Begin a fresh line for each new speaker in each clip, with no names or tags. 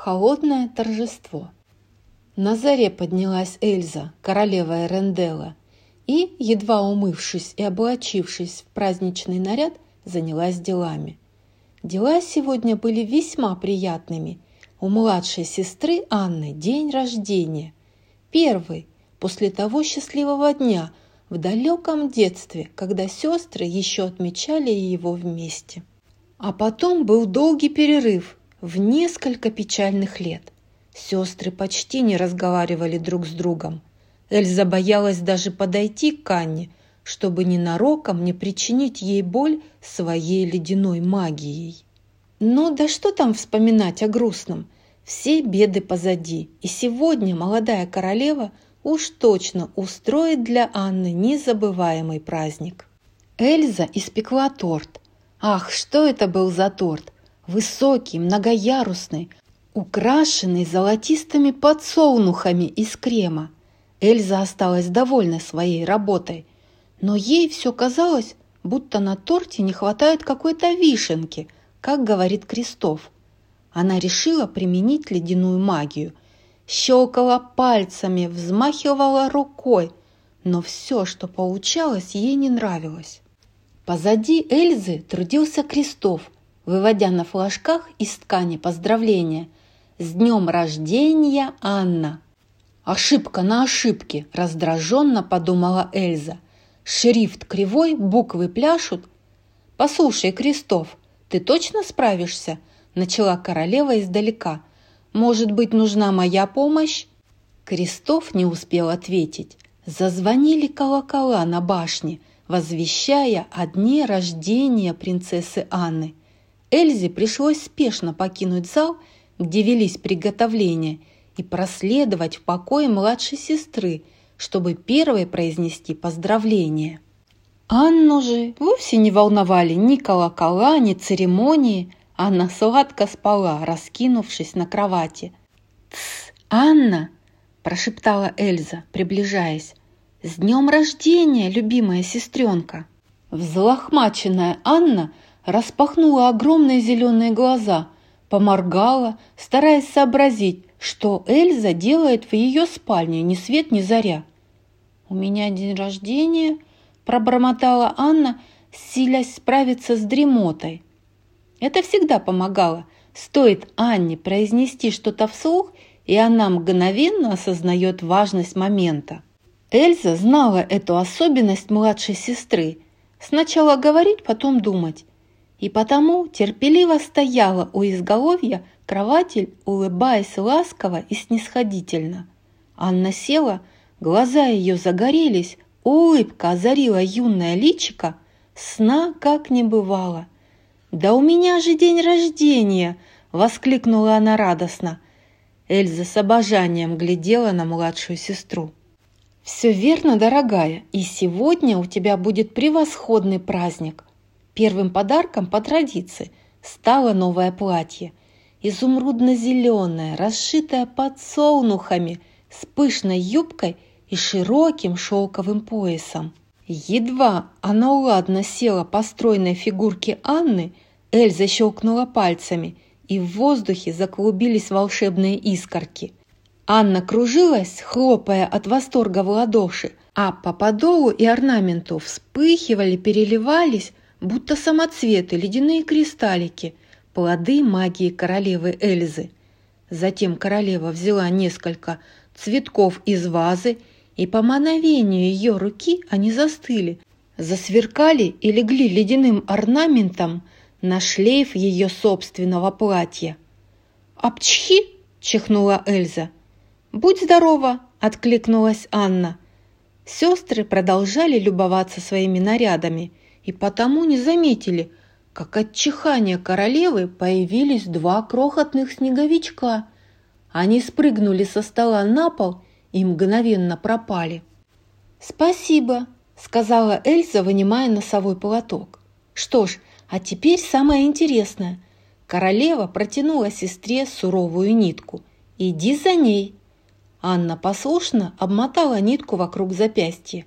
Холодное торжество. На заре поднялась Эльза, королева Эренделла, и, едва умывшись и облачившись в праздничный наряд, занялась делами. Дела сегодня были весьма приятными. У младшей сестры Анны день рождения. Первый, после того счастливого дня в далеком детстве, когда сестры еще отмечали его вместе. А потом был долгий перерыв в несколько печальных лет. Сестры почти не разговаривали друг с другом. Эльза боялась даже подойти к Анне, чтобы ненароком не причинить ей боль своей ледяной магией. Но да что там вспоминать о грустном? Все беды позади, и сегодня молодая королева уж точно устроит для Анны незабываемый праздник. Эльза испекла торт. Ах, что это был за торт! Высокий, многоярусный, украшенный золотистыми подсолнухами из крема. Эльза осталась довольна своей работой, но ей все казалось, будто на торте не хватает какой-то вишенки, как говорит Крестов. Она решила применить ледяную магию, щелкала пальцами, взмахивала рукой, но все, что получалось, ей не нравилось. Позади Эльзы трудился Крестов, выводя на флажках из ткани поздравления: «С днем рождения, Анна!» «Ошибка на ошибке!» – раздраженно подумала Эльза. «Шрифт кривой, буквы пляшут». «Послушай, Крестов, ты точно справишься?» – начала королева издалека. «Может быть, нужна моя помощь?» Крестов не успел ответить. Зазвонили колокола на башне, возвещая о дне рождения принцессы Анны. Эльзе пришлось спешно покинуть зал, где велись приготовления, и проследовать в покое младшей сестры, чтобы первой произнести поздравления. Анну же вовсе не волновали ни колокола, ни церемонии. Анна сладко спала, раскинувшись на кровати. «Тсс, Анна!» – прошептала Эльза, приближаясь. «С днем рождения, любимая сестренка!» Взлохмаченная Анна распахнула огромные зеленые глаза, поморгала, стараясь сообразить, что Эльза делает в ее спальне ни свет ни заря. «У меня день рождения», – пробормотала Анна, силясь справиться с дремотой. Это всегда помогало. Стоит Анне произнести что-то вслух, и она мгновенно осознает важность момента. Эльза знала эту особенность младшей сестры. Сначала говорить, потом думать. И потому терпеливо стояла у изголовья кровати, улыбаясь ласково и снисходительно. Анна села, глаза ее загорелись, улыбка озарила юное личико, сна как не бывало. «Да у меня же день рождения!» – воскликнула она радостно. Эльза с обожанием глядела на младшую сестру. «Все верно, дорогая, и сегодня у тебя будет превосходный праздник». Первым подарком по традиции стало новое платье. Изумрудно-зеленое, расшитое подсолнухами, с пышной юбкой и широким шелковым поясом. Едва оно ладно села по стройной фигурке Анны, Эльза щелкнула пальцами, и в воздухе заклубились волшебные искорки. Анна кружилась, хлопая от восторга в ладоши, а по подолу и орнаменту вспыхивали, переливались, будто самоцветы, ледяные кристаллики, плоды магии королевы Эльзы. Затем королева взяла несколько цветков из вазы, и по мановению ее руки они застыли, засверкали и легли ледяным орнаментом на шлейф ее собственного платья. «Апчхи!» – чихнула Эльза. «Будь здорова!» – откликнулась Анна. Сестры продолжали любоваться своими нарядами и потому не заметили, как от чихания королевы появились два крохотных снеговичка. Они спрыгнули со стола на пол и мгновенно пропали. «Спасибо», – сказала Эльза, вынимая носовой платок. «Что ж, а теперь самое интересное». Королева протянула сестре суровую нитку. «Иди за ней». Анна послушно обмотала нитку вокруг запястья.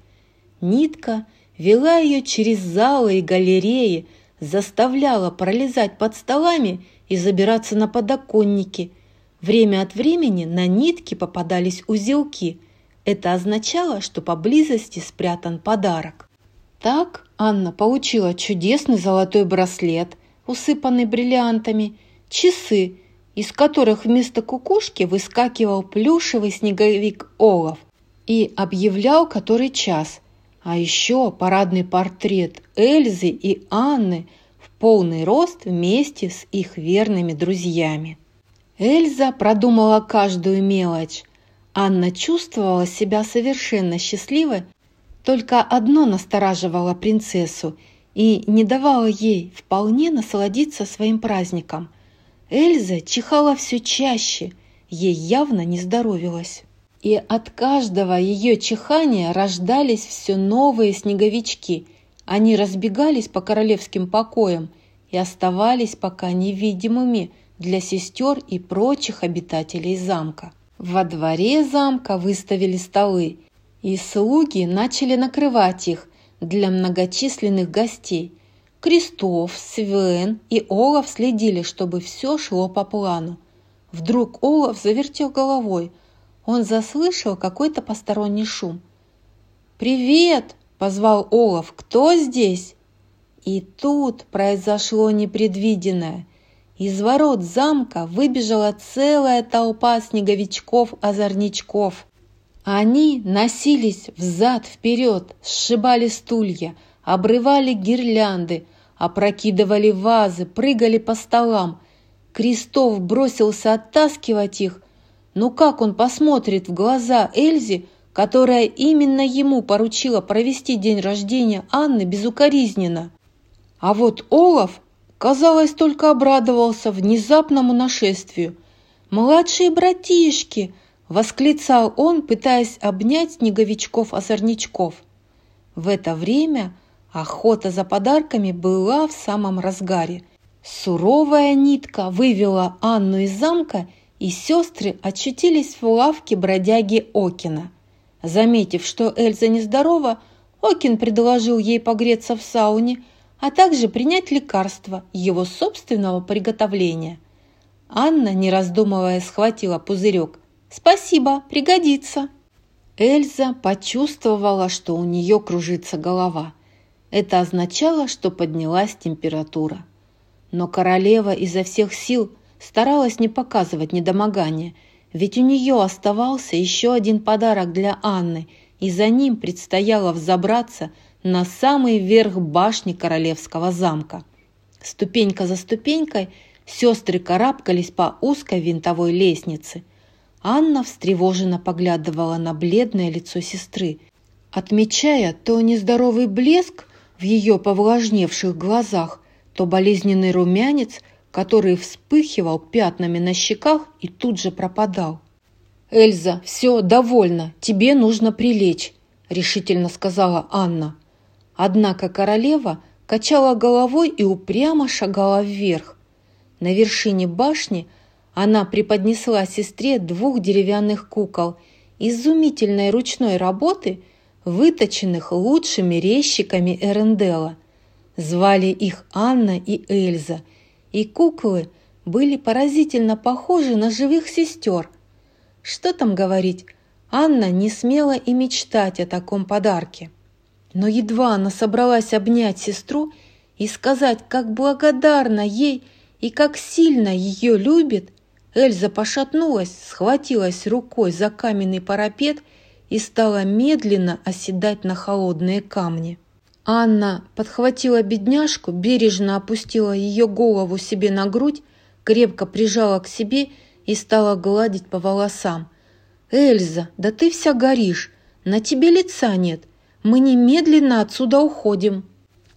Нитка вела ее через залы и галереи, заставляла пролезать под столами и забираться на подоконники. Время от времени на нитке попадались узелки. Это означало, что поблизости спрятан подарок. Так Анна получила чудесный золотой браслет, усыпанный бриллиантами, часы, из которых вместо кукушки выскакивал плюшевый снеговик Олаф и объявлял который час, а еще парадный портрет Эльзы и Анны в полный рост вместе с их верными друзьями. Эльза продумала каждую мелочь. Анна чувствовала себя совершенно счастливой, только одно настораживало принцессу и не давало ей вполне насладиться своим праздником. Эльза чихала все чаще, ей явно не здоровилось. И от каждого ее чихания рождались все новые снеговички. Они разбегались по королевским покоям и оставались пока невидимыми для сестер и прочих обитателей замка. Во дворе замка выставили столы, и слуги начали накрывать их для многочисленных гостей. Кристоф, Свен и Олаф следили, чтобы все шло по плану. Вдруг Олаф завертел головой. Он заслышал какой-то посторонний шум. «Привет!» – позвал Олаф. «Кто здесь?» И тут произошло непредвиденное. Из ворот замка выбежала целая толпа снеговичков-озорничков. Они носились взад-вперед, сшибали стулья, обрывали гирлянды, опрокидывали вазы, прыгали по столам. Кристоф бросился оттаскивать их. Но как он посмотрит в глаза Эльзе, которая именно ему поручила провести день рождения Анны безукоризненно? А вот Олаф, казалось, только обрадовался внезапному нашествию. «Младшие братишки!» – восклицал он, пытаясь обнять снеговичков-озорничков. В это время охота за подарками была в самом разгаре. Суровая нитка вывела Анну из замка, и сестры очутились в лавке бродяги Окина. Заметив, что Эльза нездорова, Окин предложил ей погреться в сауне, а также принять лекарство его собственного приготовления. Анна, не раздумывая, схватила пузырек. «Спасибо, пригодится». Эльза почувствовала, что у нее кружится голова. Это означало, что поднялась температура. Но королева изо всех сил старалась не показывать недомогания, ведь у нее оставался еще один подарок для Анны, и за ним предстояло взобраться на самый верх башни королевского замка. Ступенька за ступенькой сестры карабкались по узкой винтовой лестнице. Анна встревоженно поглядывала на бледное лицо сестры, отмечая то нездоровый блеск в ее повлажневших глазах, то болезненный румянец, который вспыхивал пятнами на щеках и тут же пропадал. «Эльза, все, довольно, тебе нужно прилечь», – решительно сказала Анна. Однако королева качала головой и упрямо шагала вверх. На вершине башни она преподнесла сестре 2 деревянных кукол изумительной ручной работы, выточенных лучшими резчиками Эренделла. Звали их Анна и Эльза, и куклы были поразительно похожи на живых сестер. Что там говорить, Анна не смела и мечтать о таком подарке. Но едва она собралась обнять сестру и сказать, как благодарна ей и как сильно ее любит, Эльза пошатнулась, схватилась рукой за каменный парапет и стала медленно оседать на холодные камни. Анна подхватила бедняжку, бережно опустила ее голову себе на грудь, крепко прижала к себе и стала гладить по волосам. «Эльза, да ты вся горишь, на тебе лица нет, мы немедленно отсюда уходим».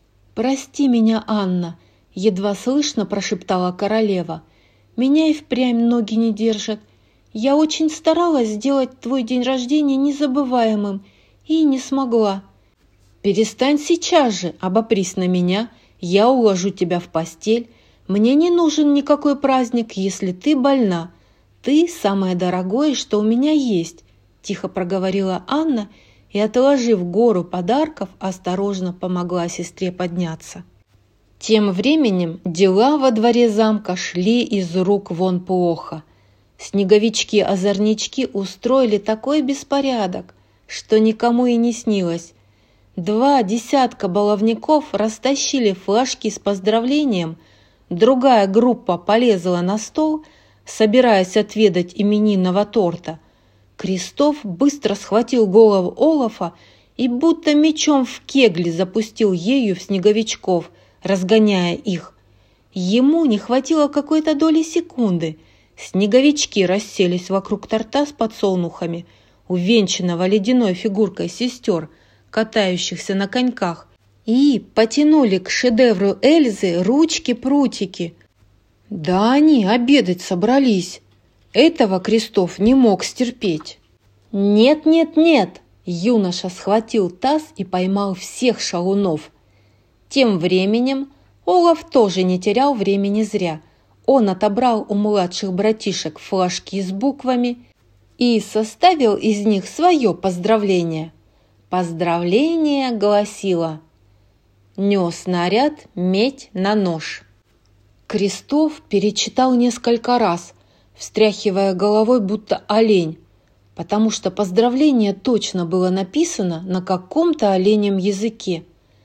«Прости меня, Анна», – едва слышно прошептала королева. «Меня и впрямь ноги не держат. Я очень старалась сделать твой день рождения незабываемым и не смогла». «Перестань сейчас же, обопрись на меня, я уложу тебя в постель. Мне не нужен никакой праздник, если ты больна. Ты самое дорогое, что у меня есть», – тихо проговорила Анна и, отложив гору подарков, осторожно помогла сестре подняться. Тем временем дела во дворе замка шли из рук вон плохо. Снеговички-озорнички устроили такой беспорядок, что никому и не снилось. 2 десятка баловников растащили флажки с поздравлением, другая группа полезла на стол, собираясь отведать именинного торта. Крестов быстро схватил голову Олафа и будто мечом в кегли запустил ею в снеговичков, разгоняя их. Ему не хватило какой-то доли секунды. Снеговички расселись вокруг торта с подсолнухами, увенчанного ледяной фигуркой сестер, катающихся на коньках, и потянули к шедевру Эльзы ручки-прутики. Да они обедать собрались. Этого Крестов не мог стерпеть. «Нет, нет, нет!» Юноша схватил таз и поймал всех шалунов. Тем временем Олаф тоже не терял времени зря. Он отобрал у младших братишек флажки с буквами и составил из них свое поздравление. Поздравление гласило: «Нес наряд медь на нож». Крестов перечитал несколько раз, встряхивая головой, будто олень, потому что поздравление точно было написано на каком-то оленьем языке.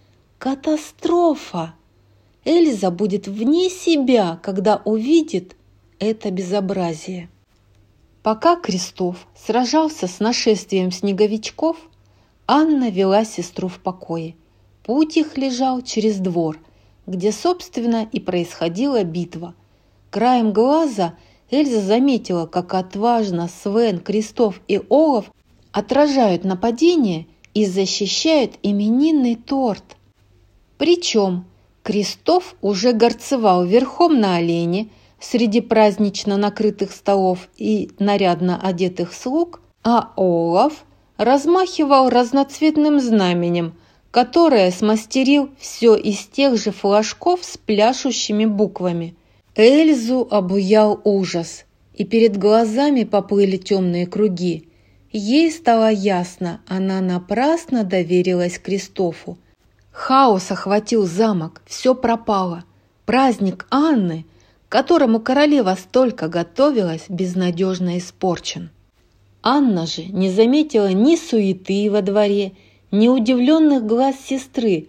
Катастрофа! Эльза будет вне себя, когда увидит это безобразие. Пока Крестов сражался с нашествием снеговичков, Анна вела сестру в покое. Путь их лежал через двор, где, собственно, и происходила битва. Краем глаза Эльза заметила, как отважно Свен, Крестов и Олаф отражают нападение и защищают именинный торт. Причем Крестов уже горцевал верхом на олене среди празднично накрытых столов и нарядно одетых слуг, а Олаф размахивал разноцветным знаменем, которое смастерил все из тех же флажков с пляшущими буквами. Эльзу обуял ужас, и перед глазами поплыли темные круги. Ей стало ясно, она напрасно доверилась Крестову. Хаос охватил замок, все пропало. Праздник Анны, к которому королева столько готовилась, безнадежно испорчен. Анна же не заметила ни суеты во дворе, ни удивленных глаз сестры.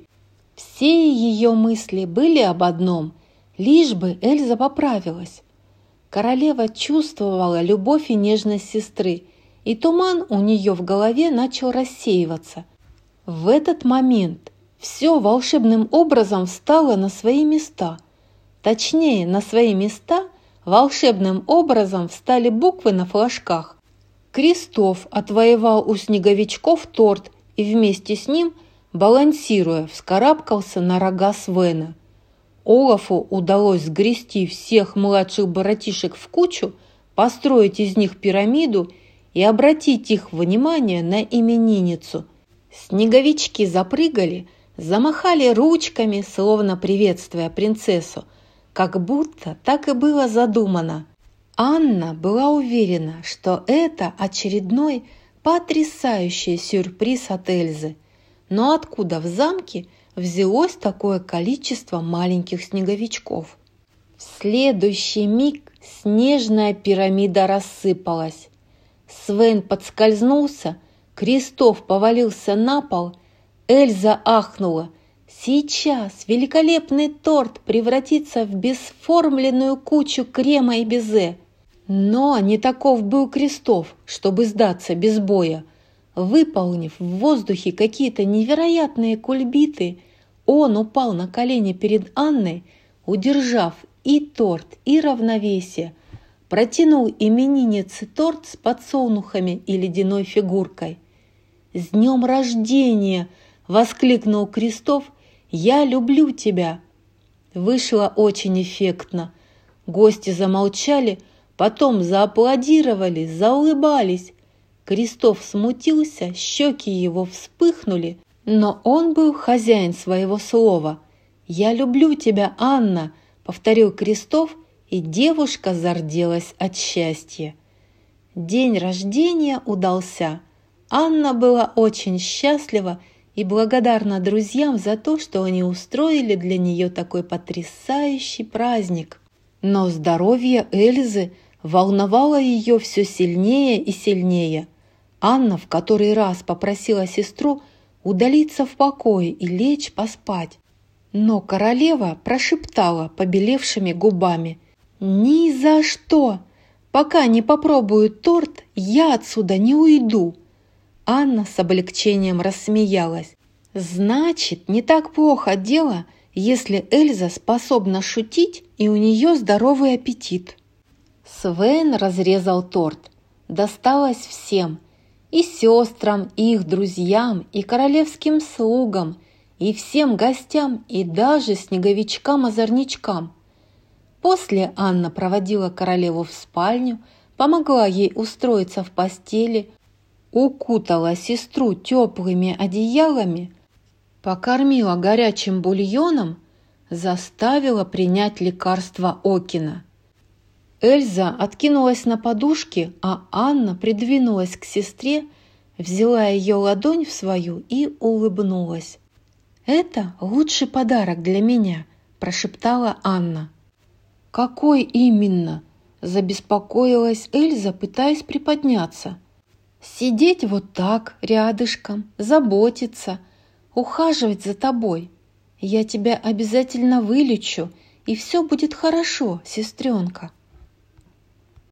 Все ее мысли были об одном – лишь бы Эльза поправилась. Королева чувствовала любовь и нежность сестры, и туман у нее в голове начал рассеиваться. В этот момент все волшебным образом встало на свои места. Точнее, на свои места волшебным образом встали буквы на флажках. Крестов отвоевал у снеговичков торт и вместе с ним, балансируя, вскарабкался на рога Свена. Олафу удалось сгрести всех младших братишек в кучу, построить из них пирамиду и обратить их внимание на именинницу. Снеговички запрыгали, замахали ручками, словно приветствуя принцессу, как будто так и было задумано. Анна была уверена, что это очередной потрясающий сюрприз от Эльзы. Но откуда в замке взялось такое количество маленьких снеговичков? В следующий миг снежная пирамида рассыпалась. Свен подскользнулся, Крестов повалился на пол. Эльза ахнула. Сейчас великолепный торт превратится в бесформленную кучу крема и безе. Но не таков был Крестов, чтобы сдаться без боя. Выполнив в воздухе какие-то невероятные кульбиты, он упал на колени перед Анной, удержав и торт, и равновесие, протянул имениннице торт с подсолнухами и ледяной фигуркой. «С днем рождения!» — воскликнул Крестов. «Я люблю тебя!» Вышло очень эффектно. Гости замолчали, потом зааплодировали, заулыбались. Крестов смутился, щеки его вспыхнули, но он был хозяин своего слова. «Я люблю тебя, Анна!» — повторил Крестов, и девушка зарделась от счастья. День рождения удался. Анна была очень счастлива и благодарна друзьям за то, что они устроили для нее такой потрясающий праздник. Но здоровье Эльзы волновало ее все сильнее и сильнее. Анна в который раз попросила сестру удалиться в покое и лечь поспать. Но королева прошептала побелевшими губами: «Ни за что! Пока не попробую торт, я отсюда не уйду!» Анна с облегчением рассмеялась. «Значит, не так плохо дело, если Эльза способна шутить и у нее здоровый аппетит». Свен разрезал торт. Досталось всем: и сестрам, и их друзьям, и королевским слугам, и всем гостям, и даже снеговичкам-озорничкам. После Анна проводила королеву в спальню, помогла ей устроиться в постели, укутала сестру теплыми одеялами, покормила горячим бульоном, заставила принять лекарство Окина. Эльза откинулась на подушке, а Анна придвинулась к сестре, взяла ее ладонь в свою и улыбнулась. «Это лучший подарок для меня», – прошептала Анна. «Какой именно?» – забеспокоилась Эльза, пытаясь приподняться. «Сидеть вот так, рядышком, заботиться, ухаживать за тобой. Я тебя обязательно вылечу, и все будет хорошо, сестренка».